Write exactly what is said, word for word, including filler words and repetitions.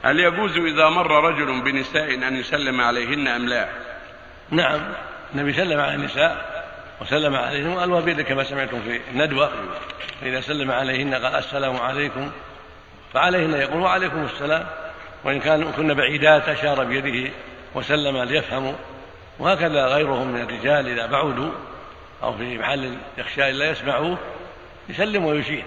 هل يجوز إذا مر رجل بنساء أن يسلم عليهن أم لا؟ نعم، النبي سلم على النساء وسلم عليهم وقال وبيد كما سمعتم في الندوة، فإذا سلم عليهن قال السلام عليكم، فعليهن يقول وعليكم السلام، وإن كن بعيدات أشار بيده وسلم ليفهموا. وهكذا غيرهم من الرجال إذا بعدوا أو في محل يخشى إلا يسمعوه يسلم ويشير.